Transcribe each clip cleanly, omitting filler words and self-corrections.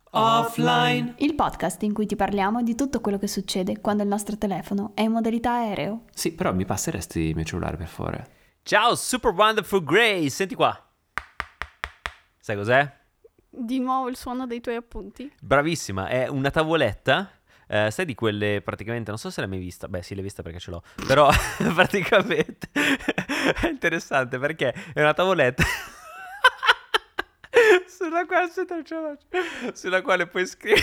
Offline. Il podcast in cui ti parliamo di tutto quello che succede quando il nostro telefono è in modalità aereo. Sì, però mi passeresti il mio cellulare, per favore? Ciao, Super Wonderful Grace, senti qua. Sai cos'è? Di nuovo il suono dei tuoi appunti. Bravissima, è una tavoletta, sai di quelle praticamente, non so se l'hai mai vista, beh sì l'hai vista perché ce l'ho, però praticamente è interessante perché è una tavoletta sulla quale puoi scrivere.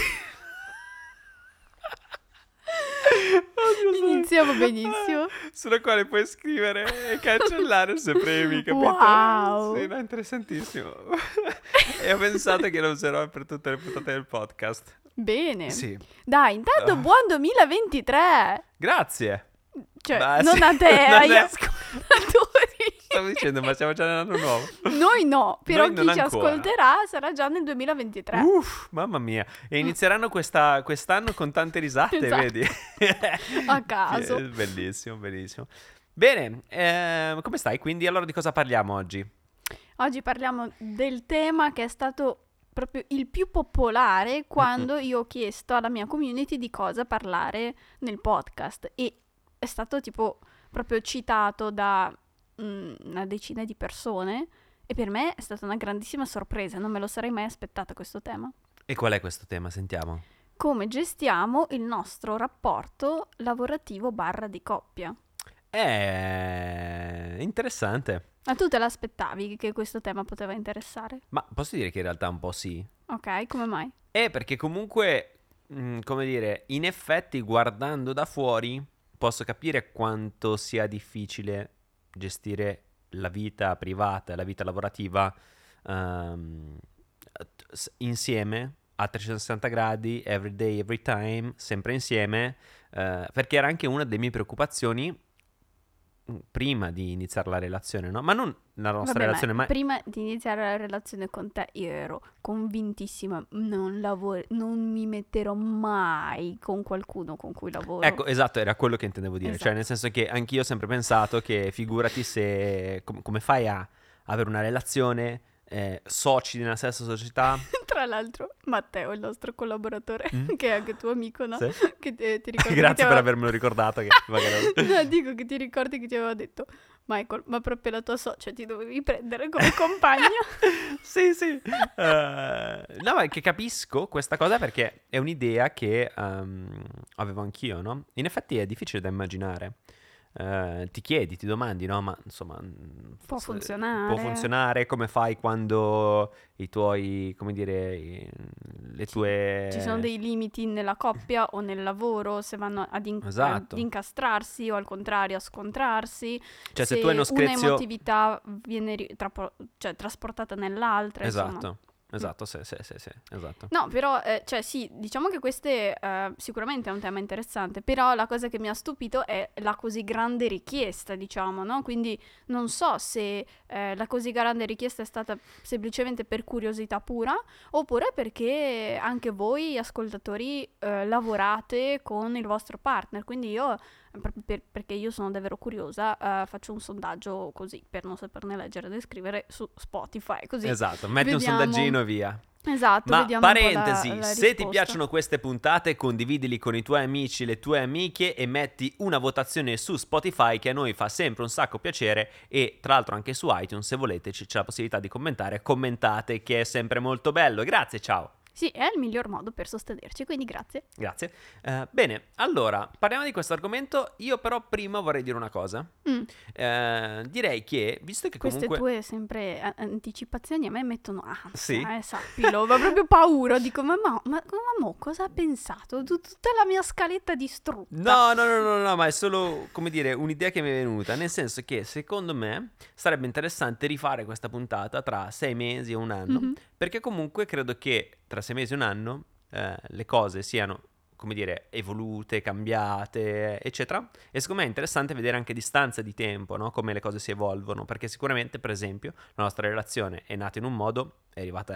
Iniziamo benissimo. Sulla quale puoi scrivere e cancellare se premi, capito? Wow. Sì, no, interessantissimo. E ho pensato che lo userò per tutte le puntate del podcast. Bene. Sì. Dai, intanto buon 2023. Grazie. Cioè, Beh, non sì, a te, non agli è- ascoltatori. Stavo dicendo, ma siamo già nell'anno nuovo. Noi no, però Noi chi non ci ancora. ascolterà sarà già nel 2023. Uff, mamma mia. E inizieranno quest'anno con tante risate, Esatto. vedi? A caso. Bellissimo, bellissimo. Bene, come stai? Quindi allora di cosa parliamo oggi? Oggi parliamo del tema che è stato proprio il più popolare quando io ho chiesto alla mia community di cosa parlare nel podcast e è stato tipo proprio citato da una decina di persone e per me è stata una grandissima sorpresa, non me lo sarei mai aspettata questo tema. E qual è questo tema? Sentiamo. Come gestiamo il nostro rapporto lavorativo / di coppia? Interessante. Ma tu te l'aspettavi che questo tema poteva interessare? Ma posso dire che in realtà un po' sì. Ok, come mai? Perché comunque, come dire, in effetti guardando da fuori posso capire quanto sia difficile gestire la vita privata e la vita lavorativa insieme a 360 gradi, every day, every time, sempre insieme, perché era anche una delle mie preoccupazioni prima di iniziare la relazione, no? Ma non la nostra Vabbè, relazione, ma prima di iniziare la relazione con te io ero convintissima, non mi metterò mai con qualcuno con cui lavoro. ecco, esatto, era quello che intendevo dire. Cioè, Esatto. nel senso che anch'io ho sempre pensato che figurati se come fai a avere una relazione, soci di una stessa società. Tra l'altro, Matteo, il nostro collaboratore, che è anche tuo amico, no? Sì. Che ti ricordi che ti Grazie per aveva- avermelo ricordato. Che magari... No, dico che ti ricordi che ti aveva detto Michael, ma proprio la tua socia ti dovevi prendere come compagna. Sì, sì. No, ma che capisco questa cosa perché è un'idea che avevo anch'io, no? In effetti è difficile da immaginare. Ti chiedi, ti domandi, no? Ma insomma, Può forse funzionare. può funzionare? Come fai quando i tuoi, come dire, le tue... Ci sono dei limiti nella coppia o nel lavoro, se vanno Esatto. ad incastrarsi o al contrario a scontrarsi. Cioè, se tu hai uno una screzio... emotività viene trasportata nell'altra, insomma. Esatto, sì, esatto. No, però, cioè sì, diciamo che queste sicuramente è un tema interessante, però la cosa che mi ha stupito è la così grande richiesta, diciamo, no? Quindi non so se la così grande richiesta è stata semplicemente per curiosità pura, oppure perché anche voi, ascoltatori, lavorate con il vostro partner, quindi io... proprio perché io sono davvero curiosa, faccio un sondaggio così per non saperne leggere né scrivere su Spotify, così Esatto, metti vediamo. un sondaggino e via. Esatto, Ma vediamo un po' parentesi, la se ti risposta. piacciono queste puntate, condividili con i tuoi amici, le tue amiche e metti una votazione su Spotify che a noi fa sempre un sacco piacere e tra l'altro anche su iTunes, se volete c'è la possibilità di commentare, commentate che è sempre molto bello. Grazie, ciao. Sì, è il miglior modo per sostenerci, quindi grazie. Grazie. Bene, allora, parliamo di questo argomento. Io però prima vorrei dire una cosa. Direi che, visto che Queste comunque... tue sempre anticipazioni a me mettono ansia, Sì. Sappilo, ho proprio paura, dico ma mo cosa ha pensato? Tutta la mia scaletta distrutta. No, ma è solo, come dire, un'idea che mi è venuta, nel senso che secondo me sarebbe interessante rifare questa puntata tra 6 mesi o un anno, Mhm. perché comunque credo che tra 6 mesi e un anno le cose siano, come dire, evolute, cambiate, eccetera, e secondo me è interessante vedere anche a distanza di tempo, no? Come le cose si evolvono, perché sicuramente, per esempio, la nostra relazione è nata in un modo, è arrivata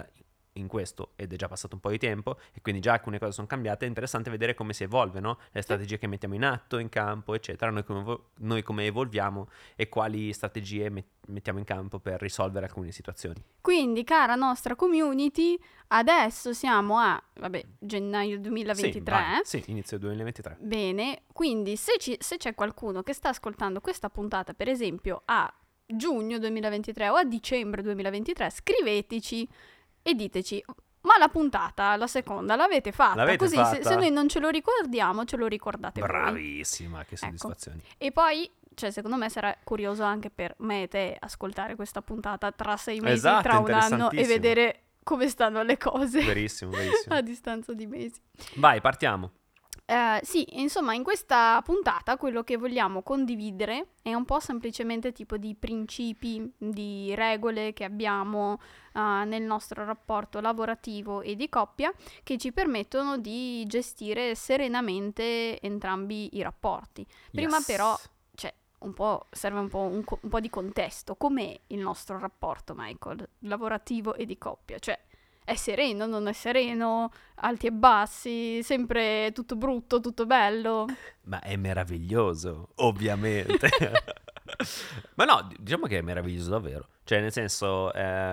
in questo, ed è già passato un po' di tempo e quindi già alcune cose sono cambiate, è interessante vedere come si evolve, no? Le strategie che mettiamo in atto, in campo, eccetera, noi come evolviamo e quali strategie mettiamo in campo per risolvere alcune situazioni. Quindi, cara nostra community, adesso siamo a, gennaio 2023. Sì, inizio 2023. Bene, quindi se c'è qualcuno che sta ascoltando questa puntata, per esempio, a giugno 2023 o a dicembre 2023, scriveteci e diteci, ma la puntata, la seconda, l'avete fatta? L'avete Così fatta? Se noi non ce lo ricordiamo, ce lo ricordate voi. Bravissima, che soddisfazione. E poi, secondo me sarà curioso anche per me e te ascoltare questa puntata tra 6 mesi, Esatto, tra un anno, e interessantissimo. vedere come stanno le cose Verissimo. a distanza di mesi. Vai, partiamo. Sì, insomma, in questa puntata quello che vogliamo condividere è un po' semplicemente tipo di principi, di regole che abbiamo nel nostro rapporto lavorativo e di coppia, che ci permettono di gestire serenamente entrambi i rapporti. Prima Yes. però serve un po' di contesto. Com'è il nostro rapporto, Michael, lavorativo e di coppia? Cioè, è sereno, non è sereno, alti e bassi, sempre tutto brutto, tutto bello? Ma è meraviglioso, ovviamente. Ma no, diciamo che è meraviglioso davvero. Cioè, nel senso,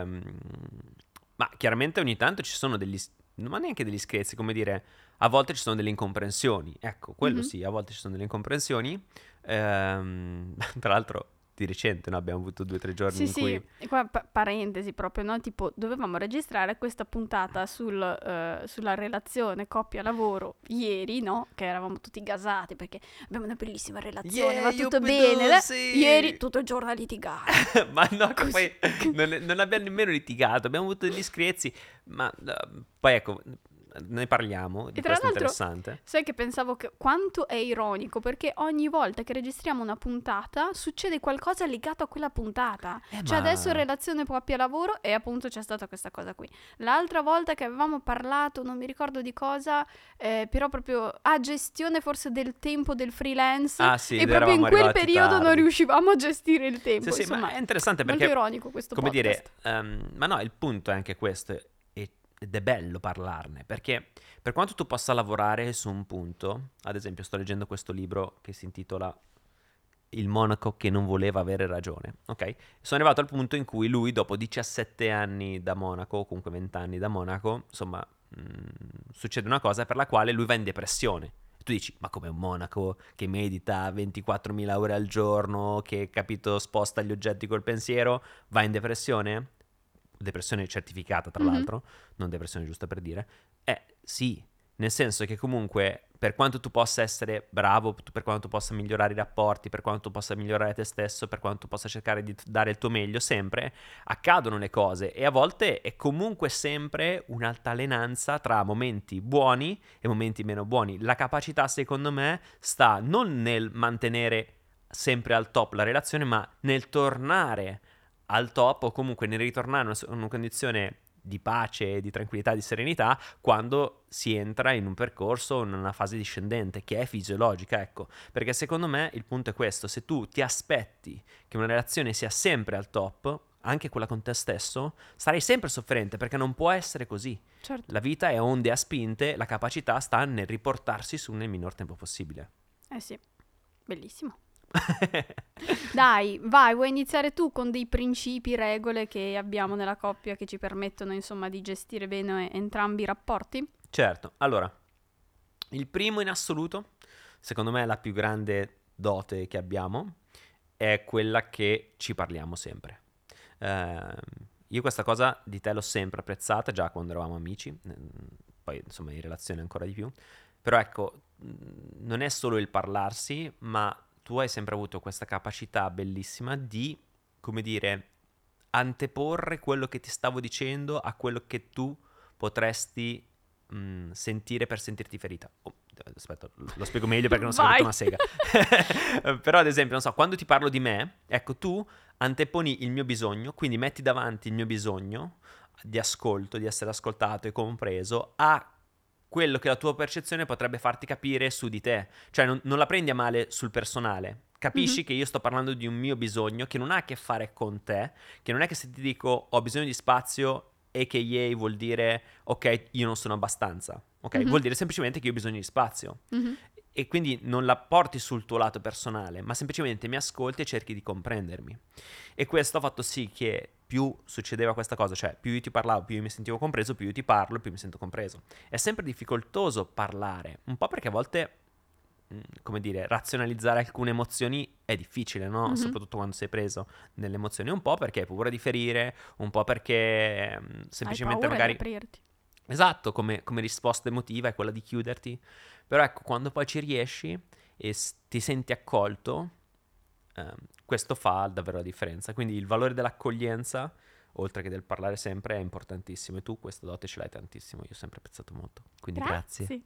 ma chiaramente ogni tanto ci sono ma neanche degli screzi, come dire, a volte ci sono delle incomprensioni. Ecco, quello sì, a volte ci sono delle incomprensioni. Tra l'altro, di recente, no? Abbiamo avuto 2 o 3 giorni in cui... E qua parentesi proprio, no? Tipo, dovevamo registrare questa puntata sulla relazione coppia-lavoro ieri, no? Che eravamo tutti gasati perché abbiamo una bellissima relazione, va tutto bene. Sì. Ieri tutto il giorno a litigare. Ma no, che poi non abbiamo nemmeno litigato, abbiamo avuto degli screzi, ma poi ecco, ne parliamo di E tra questo l'altro, interessante. sai che pensavo che quanto è ironico, perché ogni volta che registriamo una puntata succede qualcosa legato a quella puntata. Cioè ma- adesso relazione coppia-lavoro e appunto c'è stata questa cosa qui. L'altra volta che avevamo parlato, non mi ricordo di cosa, però proprio a gestione forse del tempo del freelance. Ah, sì, e ed proprio in eravamo quel arrivati periodo non tardi. riuscivamo a gestire il tempo. Sì, Insomma, ma è interessante molto perché, ironico questo come podcast. dire, ma no, il punto è anche questo, ed è bello parlarne, perché per quanto tu possa lavorare su un punto, ad esempio sto leggendo questo libro che si intitola Il monaco che non voleva avere ragione, ok? Sono arrivato al punto in cui lui, dopo 17 anni da monaco, o comunque 20 anni da monaco, insomma, succede una cosa per la quale lui va in depressione. Tu dici, ma come un monaco che medita 24.000 ore al giorno, che, capito, sposta gli oggetti col pensiero, va in depressione? Depressione certificata, tra l'altro, non depressione giusta per dire. Sì, nel senso che comunque, per quanto tu possa essere bravo, per quanto tu possa migliorare i rapporti, per quanto tu possa migliorare te stesso, per quanto tu possa cercare di dare il tuo meglio, sempre accadono le cose, e a volte è comunque sempre un'altalenanza tra momenti buoni e momenti meno buoni. La capacità, secondo me, sta non nel mantenere sempre al top la relazione, ma nel tornare al top, o comunque nel ritornare a una condizione di pace, di tranquillità, di serenità, quando si entra in un percorso, in una fase discendente, che è fisiologica, ecco. Perché secondo me il punto è questo: se tu ti aspetti che una relazione sia sempre al top, anche quella con te stesso, sarai sempre sofferente, perché non può essere così. Certo. La vita è onde a spinte, la capacità sta nel riportarsi su nel minor tempo possibile. Eh sì, bellissimo. Dai, vai, vuoi iniziare tu con dei principi, regole che abbiamo nella coppia che ci permettono, insomma, di gestire bene entrambi i rapporti? Certo, allora, il primo in assoluto, secondo me la più grande dote che abbiamo, è quella che ci parliamo sempre. Io questa cosa di te l'ho sempre apprezzata, già quando eravamo amici, poi insomma in relazione ancora di più, però ecco, non è solo il parlarsi, ma tu hai sempre avuto questa capacità bellissima di, come dire, anteporre quello che ti stavo dicendo a quello che tu potresti sentire per sentirti ferita. Aspetta, lo spiego meglio perché non sono una sega. Però ad esempio, non so, quando ti parlo di me, ecco, tu anteponi il mio bisogno, quindi metti davanti il mio bisogno di ascolto, di essere ascoltato e compreso, a quello che la tua percezione potrebbe farti capire su di te. Cioè non la prendi a male sul personale. Capisci che io sto parlando di un mio bisogno che non ha a che fare con te, che non è che se ti dico ho bisogno di spazio AKA vuol dire ok, io non sono abbastanza, ok? Mhm. Vuol dire semplicemente che io ho bisogno di spazio. Mhm. E quindi non la porti sul tuo lato personale, ma semplicemente mi ascolti e cerchi di comprendermi. E questo ha fatto sì che più succedeva questa cosa, cioè più io ti parlavo, più io mi sentivo compreso, più io ti parlo, più mi sento compreso. È sempre difficoltoso parlare, un po' perché a volte, come dire, razionalizzare alcune emozioni è difficile, no? Mhm. Soprattutto quando sei preso nelle emozioni, un po' perché hai paura di ferire, un po' perché semplicemente Hai paura magari... di aprirti. Esatto, come risposta emotiva è quella di chiuderti. Però ecco, quando poi ci riesci e ti senti accolto, questo fa davvero la differenza. Quindi il valore dell'accoglienza, oltre che del parlare sempre, è importantissimo. E tu questa dote ce l'hai tantissimo, io ho sempre apprezzato molto. Quindi grazie.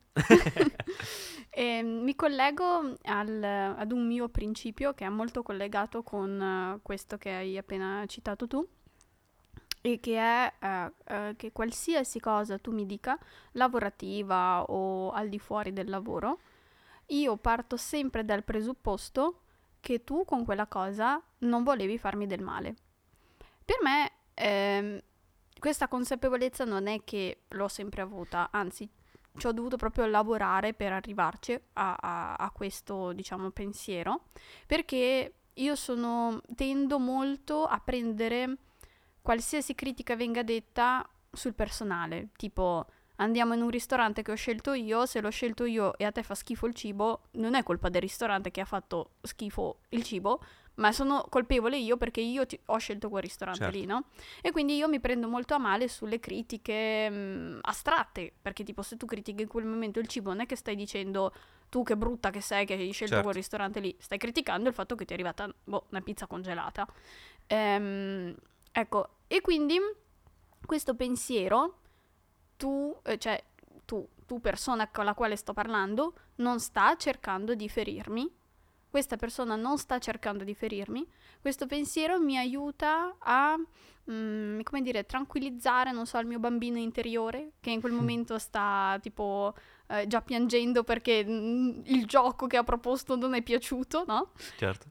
Mi collego ad un mio principio che è molto collegato con questo che hai appena citato tu, e che è che qualsiasi cosa tu mi dica, lavorativa o al di fuori del lavoro, io parto sempre dal presupposto che tu con quella cosa non volevi farmi del male. Per me questa consapevolezza non è che l'ho sempre avuta, anzi ci ho dovuto proprio lavorare per arrivarci a questo, diciamo, pensiero, perché io tendo molto a prendere qualsiasi critica venga detta sul personale, tipo andiamo in un ristorante che ho scelto io, se l'ho scelto io e a te fa schifo il cibo, non è colpa del ristorante che ha fatto schifo il cibo, ma sono colpevole io perché io ho scelto quel ristorante lì, no? E quindi io mi prendo molto a male sulle critiche astratte, perché tipo se tu critichi in quel momento il cibo non è che stai dicendo tu che brutta che sei che hai scelto quel ristorante lì, stai criticando il fatto che ti è arrivata una pizza congelata. Ecco, e quindi questo pensiero, tu persona con la quale sto parlando, non sta cercando di ferirmi. Questa persona non sta cercando di ferirmi. Questo pensiero mi aiuta a, come dire, tranquillizzare, non so, il mio bambino interiore, che in quel momento sta tipo già piangendo perché il gioco che ha proposto non è piaciuto, no? Certo.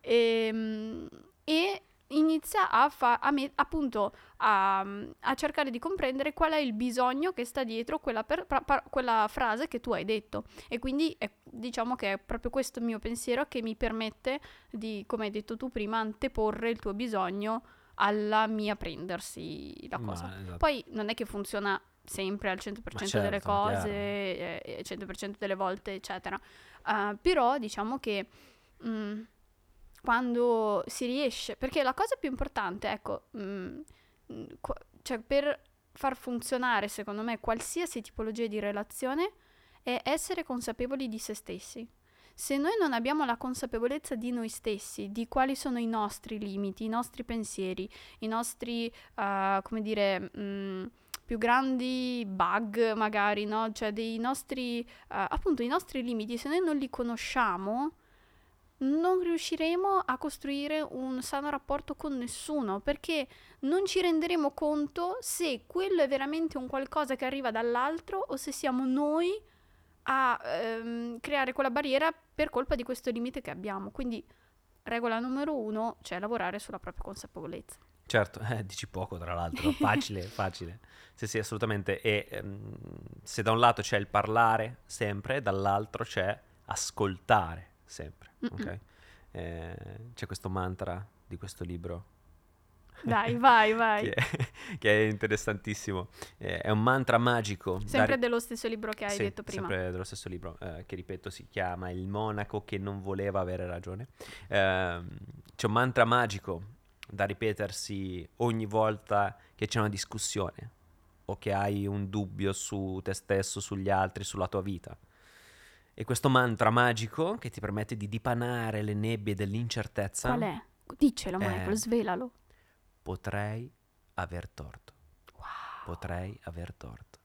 E inizia appunto a cercare di comprendere qual è il bisogno che sta dietro quella frase che tu hai detto, e quindi diciamo che è proprio questo il mio pensiero che mi permette di, come hai detto tu prima, anteporre il tuo bisogno alla mia prendersi la cosa. Esatto. Poi non è che funziona sempre al 100% delle cose, 100% delle volte, eccetera. Però diciamo che quando si riesce, perché la cosa più importante, ecco, cioè per far funzionare secondo me qualsiasi tipologia di relazione è essere consapevoli di se stessi. Se noi non abbiamo la consapevolezza di noi stessi, di quali sono i nostri limiti, i nostri pensieri, i nostri, come dire, più grandi bug magari, no? Cioè dei nostri, appunto i nostri limiti, se noi non li conosciamo, non riusciremo a costruire un sano rapporto con nessuno, perché non ci renderemo conto se quello è veramente un qualcosa che arriva dall'altro o se siamo noi a creare quella barriera per colpa di questo limite che abbiamo. Quindi regola numero 1, cioè lavorare sulla propria consapevolezza. Certo, dici poco tra l'altro, facile. Sì, assolutamente. E se da un lato c'è il parlare sempre, dall'altro c'è ascoltare sempre. Okay? C'è questo mantra di questo libro. Dai, vai. che è interessantissimo. È un mantra magico. Sempre dello stesso libro che hai detto prima. Sempre dello stesso libro, che ripeto si chiama Il monaco che non voleva avere ragione. C'è un mantra magico da ripetersi ogni volta che c'è una discussione o che hai un dubbio su te stesso, sugli altri, sulla tua vita. E questo mantra magico che ti permette di dipanare le nebbie dell'incertezza. Qual è? Diccelo, Michael, svelalo. Potrei aver torto. Wow. Potrei aver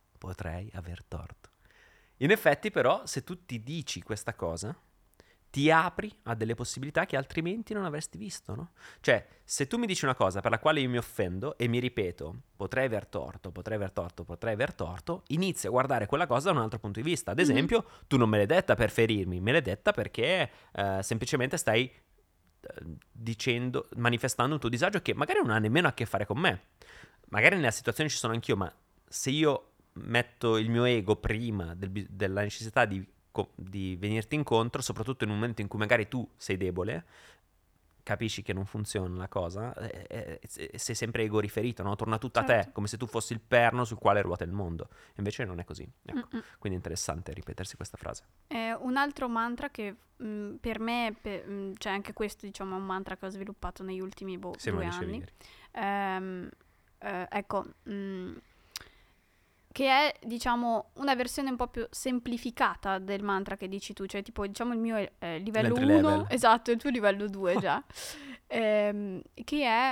torto. In effetti, però, se tu ti dici questa cosa, ti apri a delle possibilità che altrimenti non avresti visto, no? Cioè, se tu mi dici una cosa per la quale io mi offendo e mi ripeto potrei aver torto, inizio a guardare quella cosa da un altro punto di vista. Ad esempio, tu non me l'hai detta per ferirmi, me l'hai detta perché semplicemente stai manifestando un tuo disagio che magari non ha nemmeno a che fare con me. magari nella situazione ci sono anch'io, ma se io metto il mio ego prima della necessità di venirti incontro, soprattutto in un momento in cui magari tu sei debole, capisci che non funziona la cosa, sei sempre ego riferito, no? Torna tutto a te, Certo. come se tu fossi il perno sul quale ruota il mondo. Invece non è così. Ecco. Mm-mm. Quindi è interessante ripetersi questa frase. Un altro mantra che per me, cioè anche questo diciamo è un mantra che ho sviluppato negli ultimi Se me 2 lo dicevi anni. ieri. Ecco, che è diciamo una versione un po' più semplificata del mantra che dici tu, cioè tipo diciamo il mio è livello L'entry 1, level. esatto, il tuo livello 2 già, che è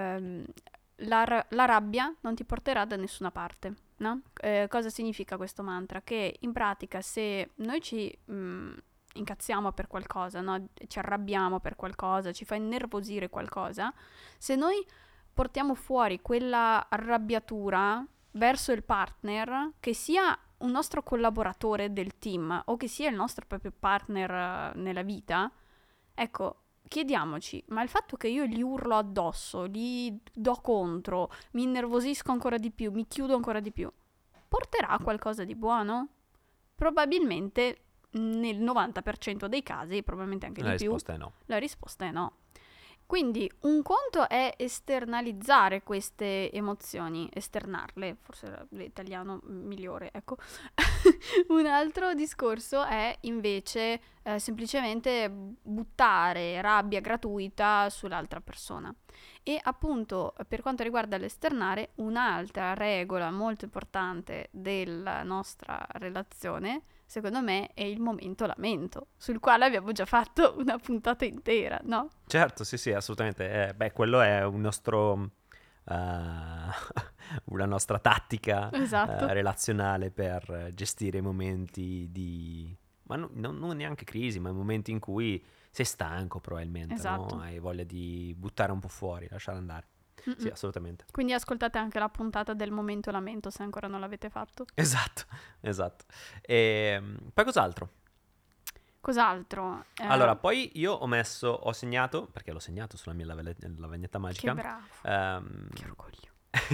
la rabbia non ti porterà da nessuna parte, no? Cosa significa questo mantra? Che in pratica se noi ci incazziamo per qualcosa, no? Ci arrabbiamo per qualcosa, ci fa innervosire qualcosa, se noi portiamo fuori quella arrabbiatura verso il partner, che sia un nostro collaboratore del team o che sia il nostro proprio partner nella vita, ecco, chiediamoci, ma il fatto che io gli urlo addosso, gli do contro, mi innervosisco ancora di più, mi chiudo ancora di più, porterà a qualcosa di buono? Probabilmente nel 90% dei casi, probabilmente anche La di più, risposta è no. la risposta è no. Quindi un conto è esternalizzare queste emozioni, esternarle, forse l'italiano migliore, ecco. Un altro discorso è invece semplicemente buttare rabbia gratuita sull'altra persona. E appunto per quanto riguarda l'esternare, un'altra regola molto importante della nostra relazione, secondo me, è il momento lamento, sul quale abbiamo già fatto una puntata intera, no? Certo, sì, assolutamente. Quello è un nostro... una nostra tattica Esatto. relazionale per gestire i momenti di... Ma non neanche crisi, ma i momenti in cui sei stanco probabilmente, Esatto. no? Hai voglia di buttare un po' fuori, lasciare andare. Mm-mm. Sì, assolutamente. Quindi ascoltate anche la puntata del momento lamento se ancora non l'avete fatto. Esatto. Poi cos'altro? Cos'altro? Allora, poi io ho segnato, perché l'ho segnato sulla mia lavagnetta Che magica, bravo, ehm, che orgoglio.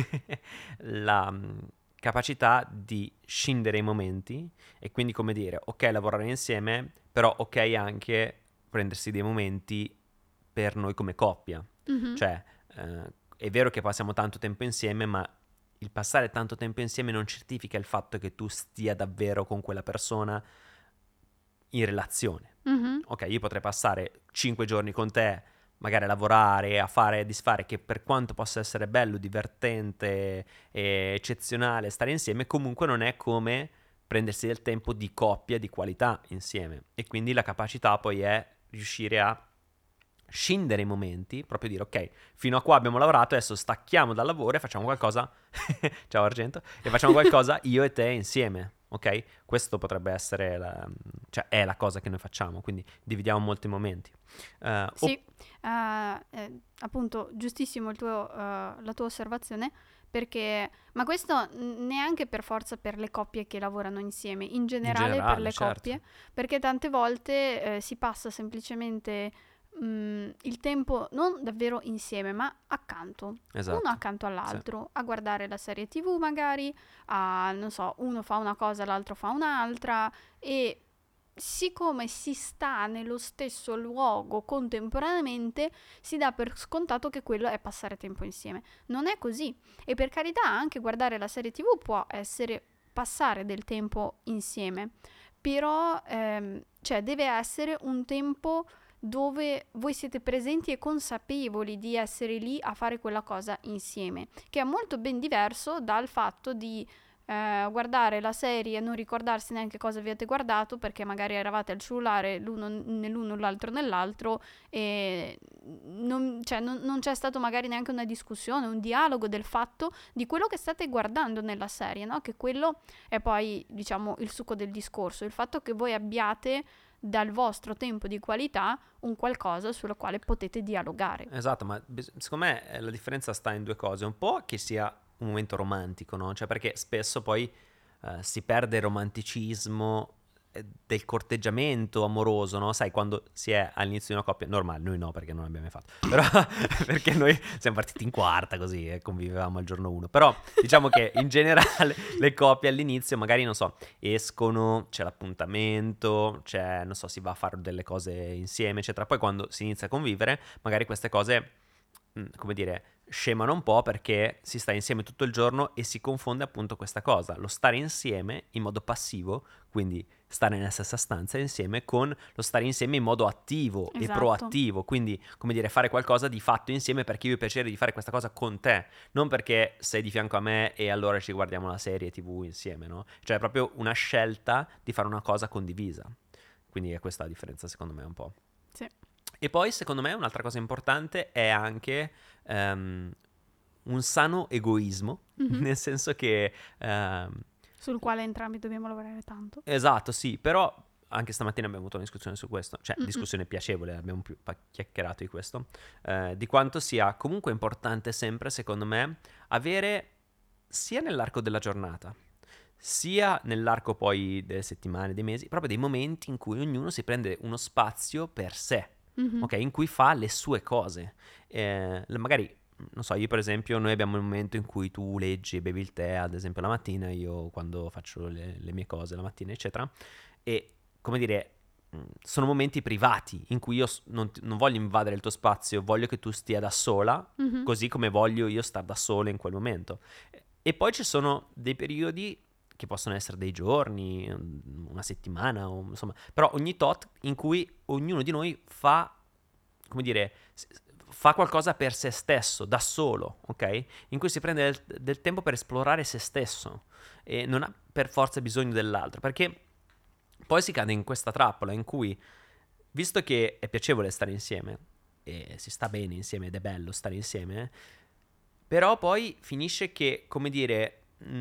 la capacità di scindere i momenti e quindi come dire, ok, lavorare insieme, però ok anche prendersi dei momenti per noi come coppia. Mhm. Cioè, è vero che passiamo tanto tempo insieme, ma il passare tanto tempo insieme non certifica il fatto che tu stia davvero con quella persona in relazione. Mhm. Ok, io potrei passare 5 giorni con te, magari a lavorare, a fare e disfare, che per quanto possa essere bello, divertente e eccezionale stare insieme, comunque non è come prendersi del tempo di coppia, di qualità insieme. E quindi la capacità poi è riuscire a scindere i momenti, proprio dire ok, fino a qua abbiamo lavorato, adesso stacchiamo dal lavoro e facciamo qualcosa, ciao Argento, e facciamo qualcosa io e te insieme, ok? Questo potrebbe essere, cioè è la cosa che noi facciamo, quindi dividiamo molti momenti. Sì, appunto, giustissimo la tua osservazione, perché, ma questo neanche per forza per le coppie che lavorano insieme, in generale per le certo. coppie, perché tante volte si passa semplicemente il tempo non davvero insieme, ma accanto, Esatto. uno accanto all'altro, a guardare la serie TV magari, non so, uno fa una cosa, l'altro fa un'altra, e siccome si sta nello stesso luogo contemporaneamente, si dà per scontato che quello è passare tempo insieme. Non è così. E per carità, anche guardare la serie TV può essere passare del tempo insieme, però cioè deve essere un tempo dove voi siete presenti e consapevoli di essere lì a fare quella cosa insieme, che è molto ben diverso dal fatto di guardare la serie e non ricordarsi neanche cosa avete guardato perché magari eravate al cellulare l'uno nell'uno, l'altro nell'altro e non c'è stato magari neanche una discussione, un dialogo del fatto di quello che state guardando nella serie, no? Che quello è poi, diciamo, il succo del discorso, il fatto che voi abbiate dal vostro tempo di qualità un qualcosa sulla quale potete dialogare. Esatto, ma secondo me la differenza sta in due cose, un po' che sia un momento romantico, no? Cioè perché spesso poi si perde il romanticismo del corteggiamento amoroso, no? Sai, quando si è all'inizio di una coppia, normale, noi no perché non l'abbiamo mai fatto, però perché noi siamo partiti in quarta così e convivevamo al giorno 1, però diciamo che in generale le coppie all'inizio magari, non so, escono, c'è l'appuntamento, c'è, non so, si va a fare delle cose insieme, eccetera, poi quando si inizia a convivere, magari queste cose, come dire, scemano un po' perché si sta insieme tutto il giorno e si confonde appunto questa cosa, lo stare insieme in modo passivo, quindi stare nella stessa stanza insieme, con lo stare insieme in modo attivo e Esatto. proattivo, quindi come dire fare qualcosa di fatto insieme perché io ho piacere di fare questa cosa con te, non perché sei di fianco a me e allora ci guardiamo la serie TV insieme, no? Cioè è proprio una scelta di fare una cosa condivisa, quindi è questa la differenza secondo me un po'. Sì. E poi secondo me un'altra cosa importante è anche un sano egoismo, Mhm. nel senso che Sul quale entrambi dobbiamo lavorare tanto. esatto, sì, però anche stamattina abbiamo avuto una discussione su questo, cioè Mm-mm. discussione piacevole, abbiamo più chiacchierato di questo, di quanto sia comunque importante sempre, secondo me, avere sia nell'arco della giornata, sia nell'arco poi delle settimane, dei mesi, proprio dei momenti in cui ognuno si prende uno spazio per sé, Mhm. ok? In cui fa le sue cose. Magari, non so, io per esempio, noi abbiamo il momento in cui tu leggi e bevi il tè, ad esempio la mattina, io quando faccio le mie cose la mattina, eccetera, e come dire, sono momenti privati in cui io non voglio invadere il tuo spazio, voglio che tu stia da sola, Mhm. così come voglio io star da sola in quel momento. E poi ci sono dei periodi che possono essere dei giorni, una settimana, o, insomma, però ogni tot in cui ognuno di noi fa, come dire, fa qualcosa per se stesso, da solo, ok? In cui si prende del tempo per esplorare se stesso e non ha per forza bisogno dell'altro, perché poi si cade in questa trappola in cui, visto che è piacevole stare insieme e si sta bene insieme ed è bello stare insieme, però poi finisce che, come dire,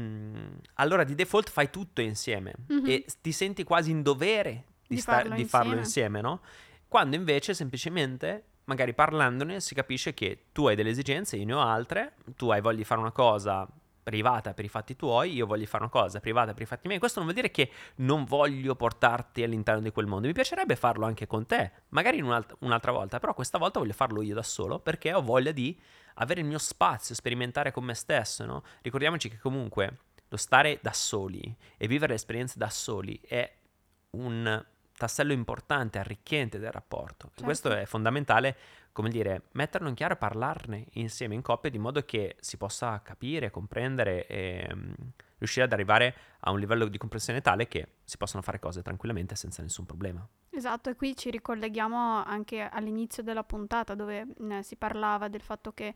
allora di default fai tutto insieme Mhm. e ti senti quasi in dovere Di farlo di farlo insieme. insieme, no? Quando invece semplicemente, magari parlandone, si capisce che tu hai delle esigenze, io ne ho altre, tu hai voglia di fare una cosa privata per i fatti tuoi, io voglio fare una cosa privata per i fatti miei. Questo non vuol dire che non voglio portarti all'interno di quel mondo, mi piacerebbe farlo anche con te, magari in un'altra volta, però questa volta voglio farlo io da solo perché ho voglia di avere il mio spazio, sperimentare con me stesso, no? Ricordiamoci che comunque lo stare da soli e vivere le esperienze da soli è un tassello importante, arricchente del rapporto. E Certo. questo è fondamentale, come dire, metterlo in chiaro e parlarne insieme in coppia di modo che si possa capire, comprendere e riuscire ad arrivare a un livello di comprensione tale che si possano fare cose tranquillamente senza nessun problema. Esatto, e qui ci ricolleghiamo anche all'inizio della puntata dove si parlava del fatto che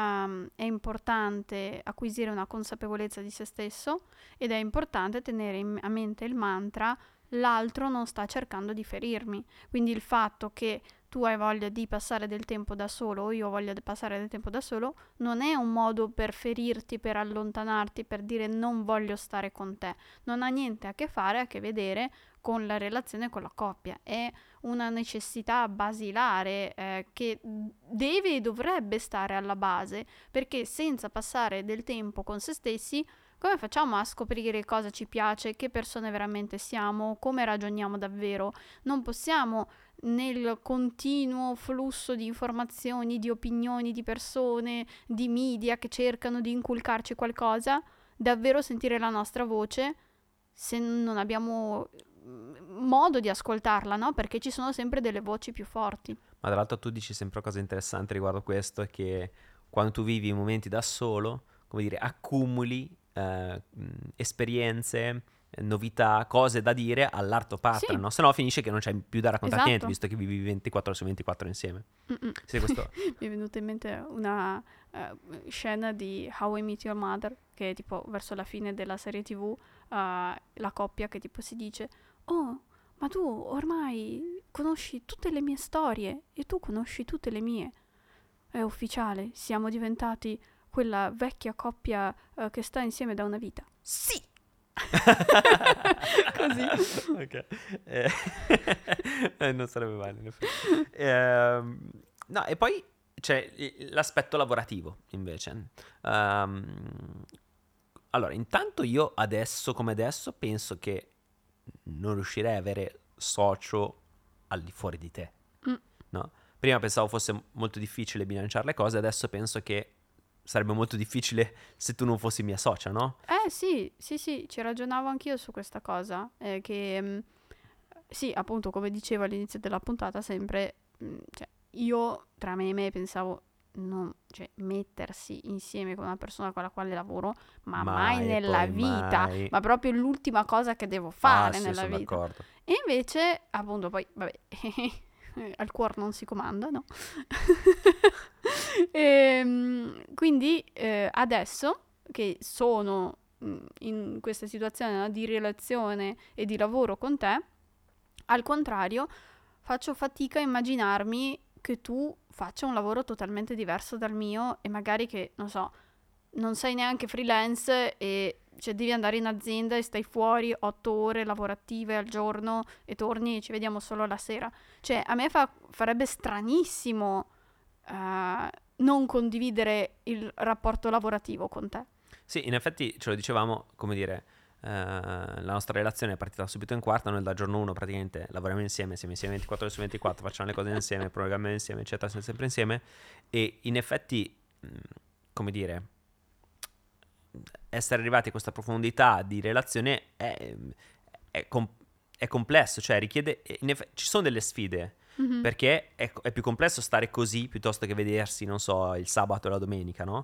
è importante acquisire una consapevolezza di se stesso ed è importante tenere a mente il mantra l'altro non sta cercando di ferirmi. Quindi il fatto che tu hai voglia di passare del tempo da solo o io ho voglia di passare del tempo da solo non è un modo per ferirti, per allontanarti, per dire non voglio stare con te. Non ha niente a che fare, a che vedere con la relazione con la coppia. È una necessità basilare che deve e dovrebbe stare alla base, perché senza passare del tempo con se stessi, come facciamo a scoprire cosa ci piace, che persone veramente siamo, come ragioniamo davvero? Non possiamo nel continuo flusso di informazioni, di opinioni, di persone, di media che cercano di inculcarci qualcosa, davvero sentire la nostra voce se non abbiamo modo di ascoltarla, no? Perché ci sono sempre delle voci più forti. Ma tra l'altro tu dici sempre cose interessanti riguardo questo, è che quando tu vivi i momenti da solo, come dire, accumuli esperienze, novità, cose da dire all'altro partner, Sì. no? Se no finisce che non c'è più da raccontare niente, Esatto. visto che vivi 24 su 24 insieme. Mm-mm. Sì, questo... Mi è venuta in mente una scena di How I Met Your Mother, che è tipo verso la fine della serie TV, la coppia che tipo si dice: oh, ma tu ormai conosci tutte le mie storie e tu conosci tutte le mie. È ufficiale, siamo diventati quella vecchia coppia che sta insieme da una vita. Sì! Così. Ok. Non sarebbe male, in effetti. No, e poi c'è l'aspetto lavorativo, invece. Allora, intanto io adesso come adesso penso che non riuscirei a avere socio al di fuori di te, Mm. no? Prima pensavo fosse molto difficile bilanciare le cose, adesso penso che sarebbe molto difficile se tu non fossi mia socia, no? Sì, ci ragionavo anch'io su questa cosa, sì, appunto, come dicevo all'inizio della puntata, sempre, cioè, io tra me e me pensavo, cioè, mettersi insieme con una persona con la quale lavoro, ma mai nella poi vita, mai. ma proprio l'ultima cosa che devo fare Sì, nella sono vita. d'accordo. E invece, appunto, poi, vabbè, al cuore non si comanda, no? Quindi adesso che sono in questa situazione, no, di relazione e di lavoro con te, al contrario, faccio fatica a immaginarmi che tu faccia un lavoro totalmente diverso dal mio e magari che, non so, non sei neanche freelance e cioè, devi andare in azienda e stai fuori 8 ore lavorative al giorno e torni e ci vediamo solo la sera. Cioè, a me farebbe stranissimo non condividere il rapporto lavorativo con te. Sì, in effetti ce lo dicevamo, come dire, la nostra relazione è partita subito in quarta, noi dal giorno 1 praticamente lavoriamo insieme, siamo insieme 24 ore su 24, facciamo le cose insieme, programmiamo insieme, eccetera, siamo sempre insieme e in effetti, come dire, essere arrivati a questa profondità di relazione è complesso, cioè richiede, ci sono delle sfide, Mhm. perché è più complesso stare così piuttosto che vedersi, non so, il sabato e la domenica, no?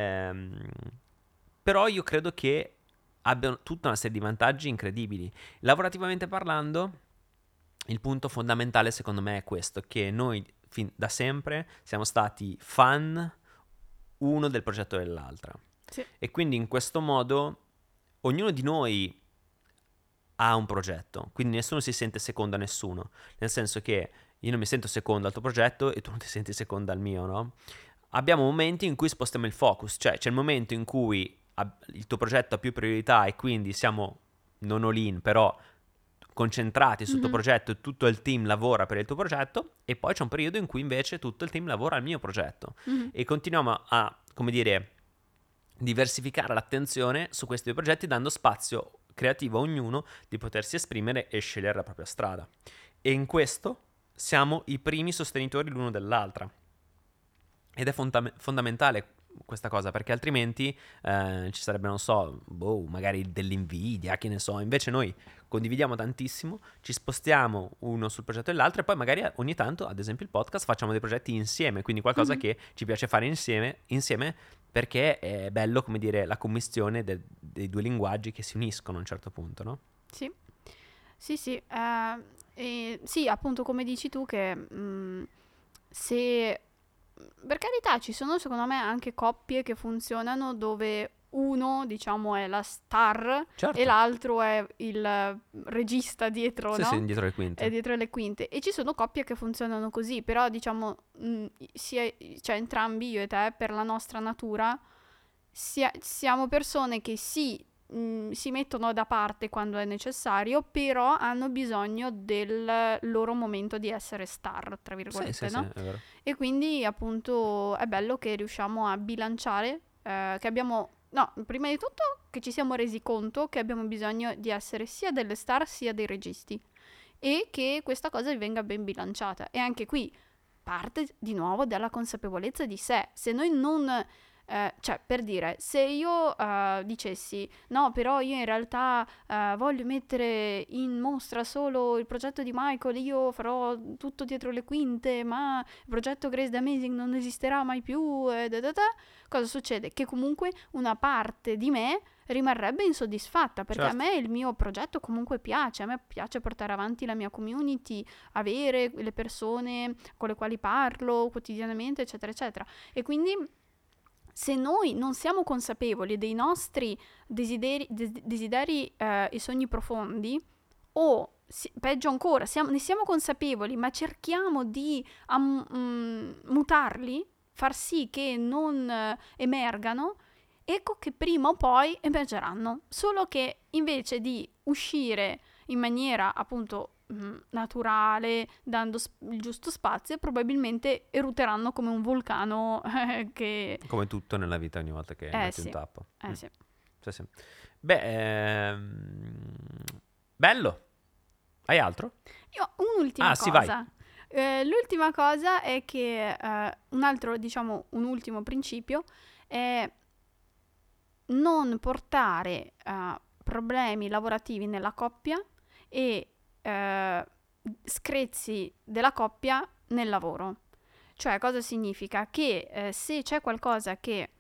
Però io credo che abbiano tutta una serie di vantaggi incredibili. Lavorativamente parlando, il punto fondamentale secondo me è questo, che noi fin da sempre siamo stati fan uno del progetto dell'altra. Sì. E quindi in questo modo ognuno di noi ha un progetto, quindi nessuno si sente secondo a nessuno, nel senso che io non mi sento secondo al tuo progetto e tu non ti senti secondo al mio, no? Abbiamo momenti in cui spostiamo il focus, cioè c'è il momento in cui il tuo progetto ha più priorità e quindi siamo non all in, però concentrati sul tuo Mhm. progetto e tutto il team lavora per il tuo progetto e poi c'è un periodo in cui invece tutto il team lavora al mio progetto Mhm. e continuiamo a, come dire, diversificare l'attenzione su questi due progetti dando spazio creativo a ognuno di potersi esprimere e scegliere la propria strada. E in questo siamo i primi sostenitori l'uno dell'altra. Ed è fondamentale questa cosa, perché altrimenti ci sarebbe, non so, magari dell'invidia, che ne so. Invece noi condividiamo tantissimo, ci spostiamo uno sul progetto dell'altro e poi magari ogni tanto, ad esempio il podcast, facciamo dei progetti insieme, quindi qualcosa che ci piace fare insieme perché è bello, come dire, la commistione dei due linguaggi che si uniscono a un certo punto, no? Sì, sì, sì, appunto come dici tu che se, per carità, ci sono secondo me anche coppie che funzionano dove uno, diciamo, è la star Certo. e l'altro è il regista dietro, Sì, no? sì, dietro le quinte. È dietro le quinte. E ci sono coppie che funzionano così, però diciamo, cioè entrambi, io e te, per la nostra natura, siamo persone che sì, si mettono da parte quando è necessario, però hanno bisogno del loro momento di essere star, tra virgolette, Sì, no? è vero. E quindi appunto è bello che riusciamo a bilanciare, che abbiamo, no, prima di tutto che ci siamo resi conto che abbiamo bisogno di essere sia delle star sia dei registi e che questa cosa venga ben bilanciata. E anche qui parte di nuovo dalla consapevolezza di sé. Se noi non... cioè, per dire, se io dicessi no, però io in realtà voglio mettere in mostra solo il progetto di Michael, io farò tutto dietro le quinte, ma il progetto Grace the Amazing non esisterà mai più, cosa succede? Che comunque una parte di me rimarrebbe insoddisfatta, perché Certo. a me il mio progetto comunque piace, a me piace portare avanti la mia community, avere le persone con le quali parlo quotidianamente, eccetera, eccetera. E quindi se noi non siamo consapevoli dei nostri desideri e sogni profondi, o peggio ancora, ne siamo consapevoli, ma cerchiamo di mutarli, far sì che non emergano, ecco che prima o poi emergeranno. Solo che invece di uscire in maniera appunto naturale, dando il giusto spazio, probabilmente eruteranno come un vulcano che... Come tutto nella vita ogni volta che metti sì. un tappo. Sì. Sì, sì. Beh, bello. Hai altro? Io ho un'ultima Sì, vai. cosa. L'ultima cosa è che un ultimo principio è non portare problemi lavorativi nella coppia e screzi della coppia nel lavoro. Cioè, cosa significa? Che se c'è qualcosa che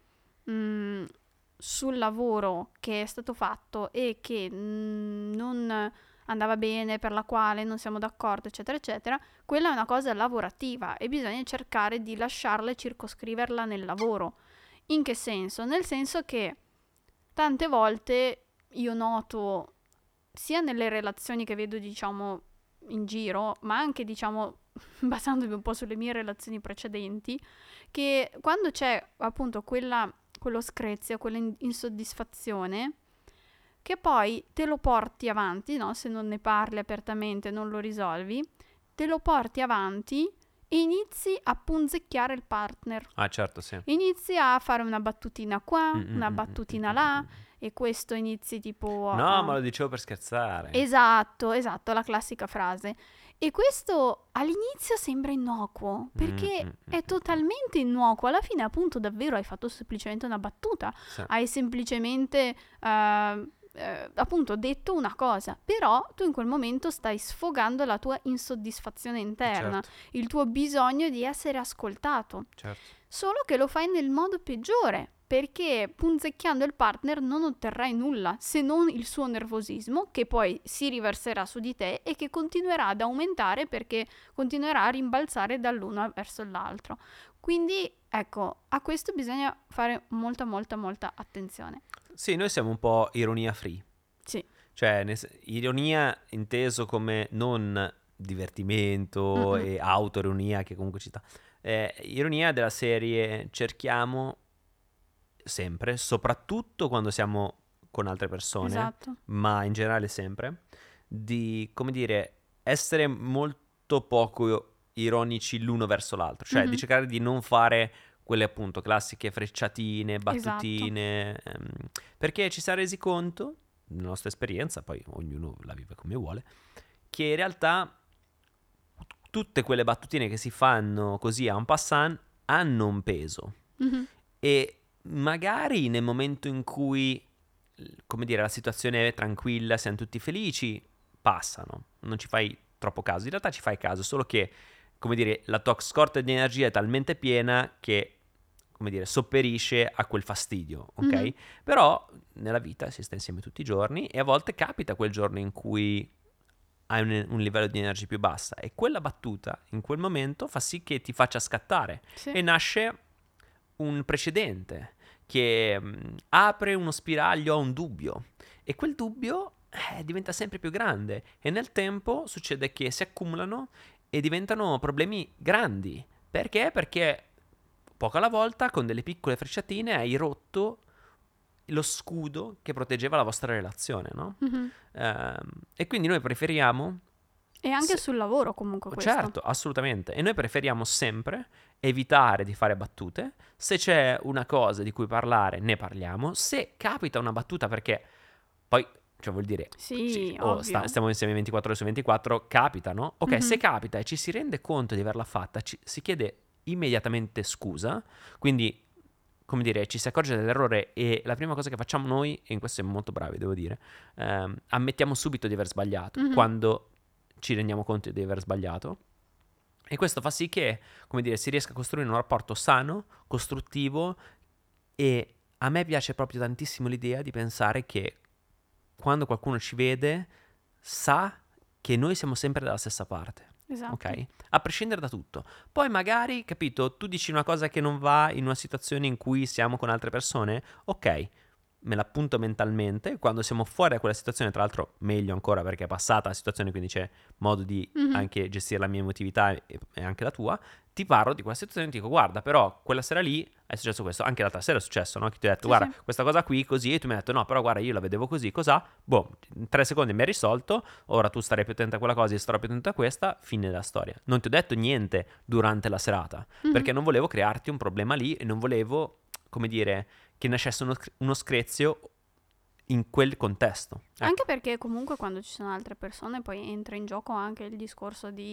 sul lavoro che è stato fatto e che non andava bene, per la quale non siamo d'accordo, eccetera, eccetera, quella è una cosa lavorativa e bisogna cercare di lasciarla e circoscriverla nel lavoro. In che senso? Nel senso che tante volte io noto, sia nelle relazioni che vedo, diciamo, in giro, ma anche, diciamo, basandomi un po' sulle mie relazioni precedenti, che quando c'è appunto quello screzio, quella insoddisfazione, che poi te lo porti avanti, no? Se non ne parli apertamente, non lo risolvi, te lo porti avanti e inizi a punzecchiare il partner. Ah, certo, sì. Inizi a fare una battutina qua, una battutina là, e questo inizi tipo No, ma lo dicevo per scherzare. Esatto, la classica frase. E questo all'inizio sembra innocuo, perché è totalmente innocuo. Alla fine, appunto, davvero hai fatto semplicemente una battuta. Sì. Hai semplicemente, appunto, detto una cosa. Però tu in quel momento stai sfogando la tua insoddisfazione interna, Certo, il tuo bisogno di essere ascoltato. certo. Solo che lo fai nel modo peggiore, perché punzecchiando il partner non otterrai nulla se non il suo nervosismo, che poi si riverserà su di te e che continuerà ad aumentare perché continuerà a rimbalzare dall'uno verso l'altro. Quindi, ecco, a questo bisogna fare molta, molta, molta attenzione. Sì, noi siamo un po' ironia free. Sì. Cioè, ironia inteso come non divertimento e autoironia, che comunque ci sta. Ironia della serie, cerchiamo sempre, soprattutto quando siamo con altre persone, Esatto. ma in generale sempre, di, come dire, essere molto poco ironici l'uno verso l'altro. Cioè, di cercare di non fare quelle appunto classiche frecciatine, battutine, perché ci si è resi conto, nella nostra esperienza, poi ognuno la vive come vuole, che in realtà tutte quelle battutine che si fanno così a un passant hanno un peso. E magari nel momento in cui, come dire, la situazione è tranquilla, siamo tutti felici, passano, non ci fai troppo caso. In realtà ci fai caso, solo che, come dire, la tua scorta di energia è talmente piena che, come dire, sopperisce a quel fastidio, ok? Però nella vita si sta insieme tutti i giorni e a volte capita quel giorno in cui hai un livello di energia più bassa e quella battuta in quel momento fa sì che ti faccia scattare e nasce un precedente che apre uno spiraglio a un dubbio e quel dubbio diventa sempre più grande e nel tempo succede che si accumulano e diventano problemi grandi. Perché? Perché poco alla volta con delle piccole frecciatine hai rotto lo scudo che proteggeva la vostra relazione, no? E quindi noi preferiamo... E anche sul lavoro comunque questo. Certo, assolutamente. E noi preferiamo sempre evitare di fare battute. Se c'è una cosa di cui parlare, ne parliamo. Se capita una battuta, perché poi, cioè vuol dire, Sì, stiamo insieme 24 ore su 24, capita, no? Ok, se capita e ci si rende conto di averla fatta, si chiede immediatamente scusa. Quindi, come dire, ci si accorge dell'errore e la prima cosa che facciamo noi, e in questo siamo molto bravi, devo dire, ammettiamo subito di aver sbagliato. Quando ci rendiamo conto di aver sbagliato e questo fa sì che, come dire, si riesca a costruire un rapporto sano, costruttivo e a me piace proprio tantissimo l'idea di pensare che quando qualcuno ci vede sa che noi siamo sempre dalla stessa parte. Esatto. Ok? A prescindere da tutto. Poi magari, capito, tu dici una cosa che non va in una situazione in cui siamo con altre persone, ok, me l'appunto mentalmente, quando siamo fuori da quella situazione, tra l'altro meglio ancora perché è passata la situazione, quindi c'è modo di anche gestire la mia emotività e anche la tua, ti parlo di quella situazione e ti dico guarda però quella sera lì è successo questo, anche l'altra sera è successo, no? Che ti ho detto guarda questa cosa qui così e tu mi hai detto no però guarda io la vedevo così, cos'ha? Boh, in 3 secondi mi hai risolto, ora tu starai più attenta a quella cosa e starò più attento a questa, fine della storia. Non ti ho detto niente durante la serata perché non volevo crearti un problema lì e non volevo, come dire, che nascesse uno screzio in quel contesto. Ecco. Anche perché comunque quando ci sono altre persone poi entra in gioco anche il discorso di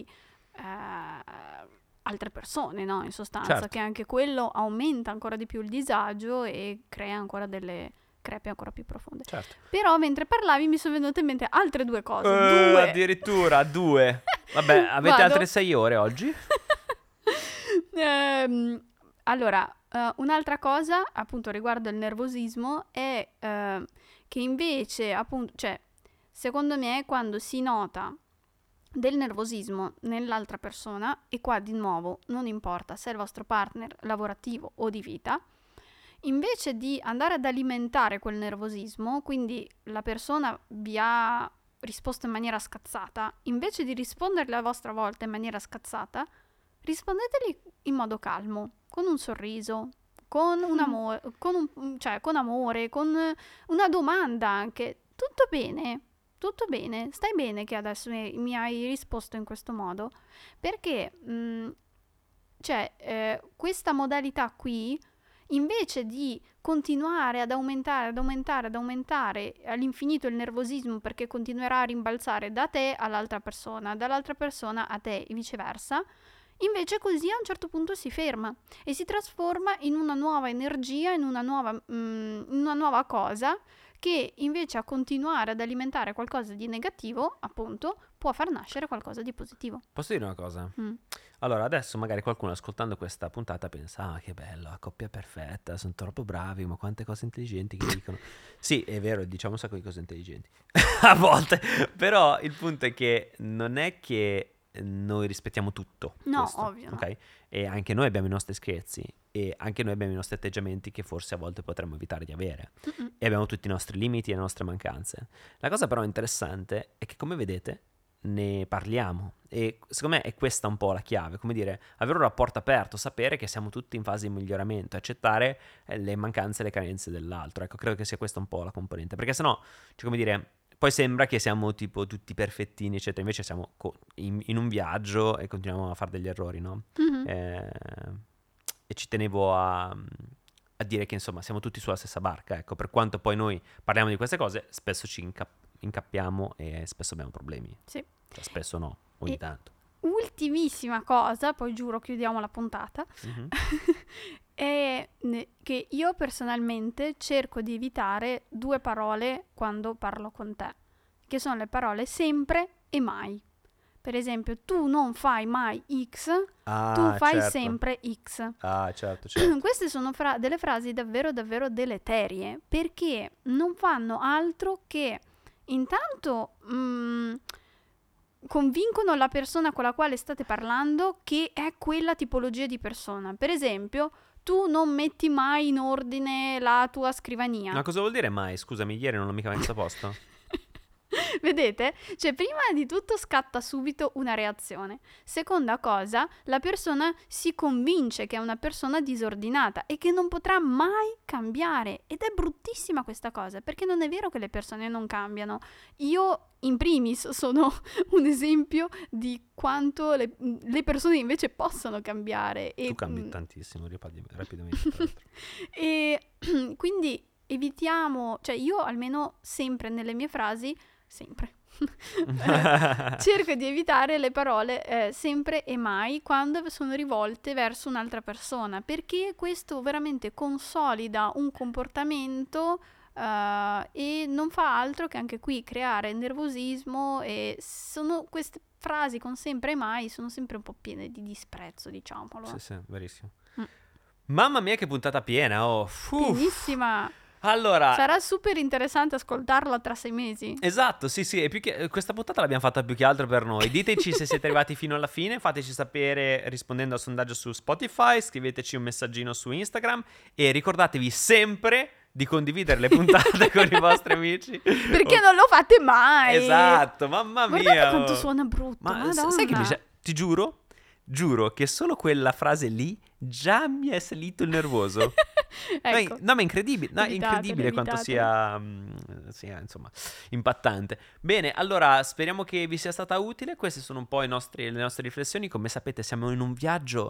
altre persone, no? In sostanza, Certo. che anche quello aumenta ancora di più il disagio e crea ancora delle crepe ancora più profonde. Certo. Però mentre parlavi mi sono venute in mente altre due cose. Due. Addirittura 2. Vabbè, avete Vado. altre 6 ore oggi? Allora, un'altra cosa appunto riguardo il nervosismo è che invece appunto, cioè, secondo me quando si nota del nervosismo nell'altra persona, e qua di nuovo non importa se è il vostro partner lavorativo o di vita, invece di andare ad alimentare quel nervosismo, quindi la persona vi ha risposto in maniera scazzata, invece di risponderle a vostra volta in maniera scazzata, rispondeteli in modo calmo, con un sorriso, con un amore, con amore, con una domanda anche. Tutto bene? Tutto bene? Stai bene che adesso mi hai risposto in questo modo? Perché questa modalità qui, invece di continuare ad aumentare all'infinito il nervosismo, perché continuerà a rimbalzare da te all'altra persona, dall'altra persona a te e viceversa, invece così a un certo punto si ferma e si trasforma in una nuova energia, in una nuova cosa che invece a continuare ad alimentare qualcosa di negativo, appunto, può far nascere qualcosa di positivo. Posso dire una cosa? Allora, adesso magari qualcuno ascoltando questa puntata pensa, ah, che bello, la coppia perfetta, sono troppo bravi, ma quante cose intelligenti che dicono. Sì, è vero, diciamo un sacco di cose intelligenti, a volte, però il punto è che non è che noi rispettiamo tutto. No, questo, ovvio, ok? no. E anche noi abbiamo i nostri scherzi e anche noi abbiamo i nostri atteggiamenti che forse a volte potremmo evitare di avere. E abbiamo tutti i nostri limiti e le nostre mancanze. La cosa però interessante è che, come vedete, ne parliamo e secondo me è questa un po' la chiave, come dire, avere un rapporto aperto, sapere che siamo tutti in fase di miglioramento, accettare le mancanze e le carenze dell'altro. Ecco, credo che sia questa un po' la componente, perché sennò, cioè, come dire, poi sembra che siamo tipo tutti perfettini, eccetera, invece siamo in un viaggio e continuiamo a fare degli errori, no? E ci tenevo a dire che insomma siamo tutti sulla stessa barca, ecco, per quanto poi noi parliamo di queste cose, spesso ci incappiamo e spesso abbiamo problemi. Sì. Cioè, spesso no, ogni tanto. Ultimissima cosa, poi giuro chiudiamo la puntata, è che io personalmente cerco di evitare 2 parole quando parlo con te, che sono le parole sempre e mai. Per esempio, tu non fai mai X, tu fai sempre X. Ah, certo. Queste sono delle frasi davvero, davvero deleterie, perché non fanno altro che intanto convincono la persona con la quale state parlando che è quella tipologia di persona. Per esempio, tu non metti mai in ordine la tua scrivania. Ma cosa vuol dire mai? Scusami, ieri non l'ho mica messo a posto. Vedete? Cioè, prima di tutto scatta subito una reazione. Seconda cosa, la persona si convince che è una persona disordinata e che non potrà mai cambiare. Ed è bruttissima questa cosa, perché non è vero che le persone non cambiano. Io, in primis, sono un esempio di quanto le persone invece possono cambiare. Tu cambi tantissimo, rapidamente. E quindi evitiamo, cioè io almeno sempre nelle mie frasi, cerco di evitare le parole sempre e mai quando sono rivolte verso un'altra persona, perché questo veramente consolida un comportamento e non fa altro che anche qui creare nervosismo, e sono queste frasi con sempre e mai sono sempre un po' piene di disprezzo, diciamolo. Sì, verissimo. Mamma mia, che puntata piena, Pienissima. Allora, sarà super interessante ascoltarla tra 6 mesi. Esatto, sì, e più che questa puntata l'abbiamo fatta più che altro per noi. Diteci se siete arrivati fino alla fine, fateci sapere rispondendo al sondaggio su Spotify, scriveteci un messaggino su Instagram e ricordatevi sempre di condividere le puntate con i vostri amici. Perché non lo fate mai. Esatto, mamma mia. Guardate quanto suona brutto. Ma Madonna. sai che dice? Ti giuro che solo quella frase lì già mi è salito il nervoso. Ecco. No, ma è incredibile, no, è incredibile quanto evitatelo. sia, insomma, impattante. Bene, allora speriamo che vi sia stata utile. Queste sono un po' le nostre riflessioni. Come sapete, siamo in un viaggio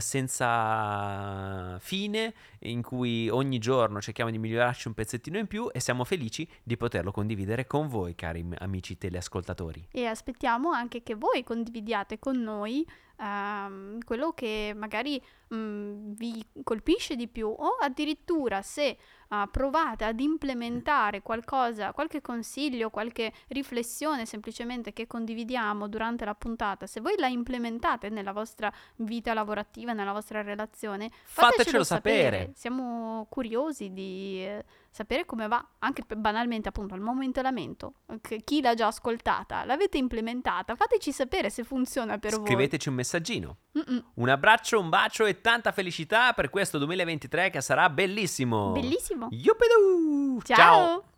senza fine, in cui ogni giorno cerchiamo di migliorarci un pezzettino in più e siamo felici di poterlo condividere con voi, cari amici teleascoltatori. E aspettiamo anche che voi condividiate con noi quello che magari vi colpisce di più, o addirittura se provate ad implementare qualcosa, qualche consiglio, qualche riflessione semplicemente che condividiamo durante la puntata, se voi la implementate nella vostra vita lavorativa, nella vostra relazione, Fatecelo sapere. Siamo curiosi di sapere come va, anche banalmente appunto al momento chi l'ha già ascoltata, l'avete implementata, fateci sapere se funziona per voi. Scriveteci un messaggino. Mm-mm. Un abbraccio, un bacio e tanta felicità per questo 2023 che sarà bellissimo. Bellissimo. Yuppidoo! Ciao.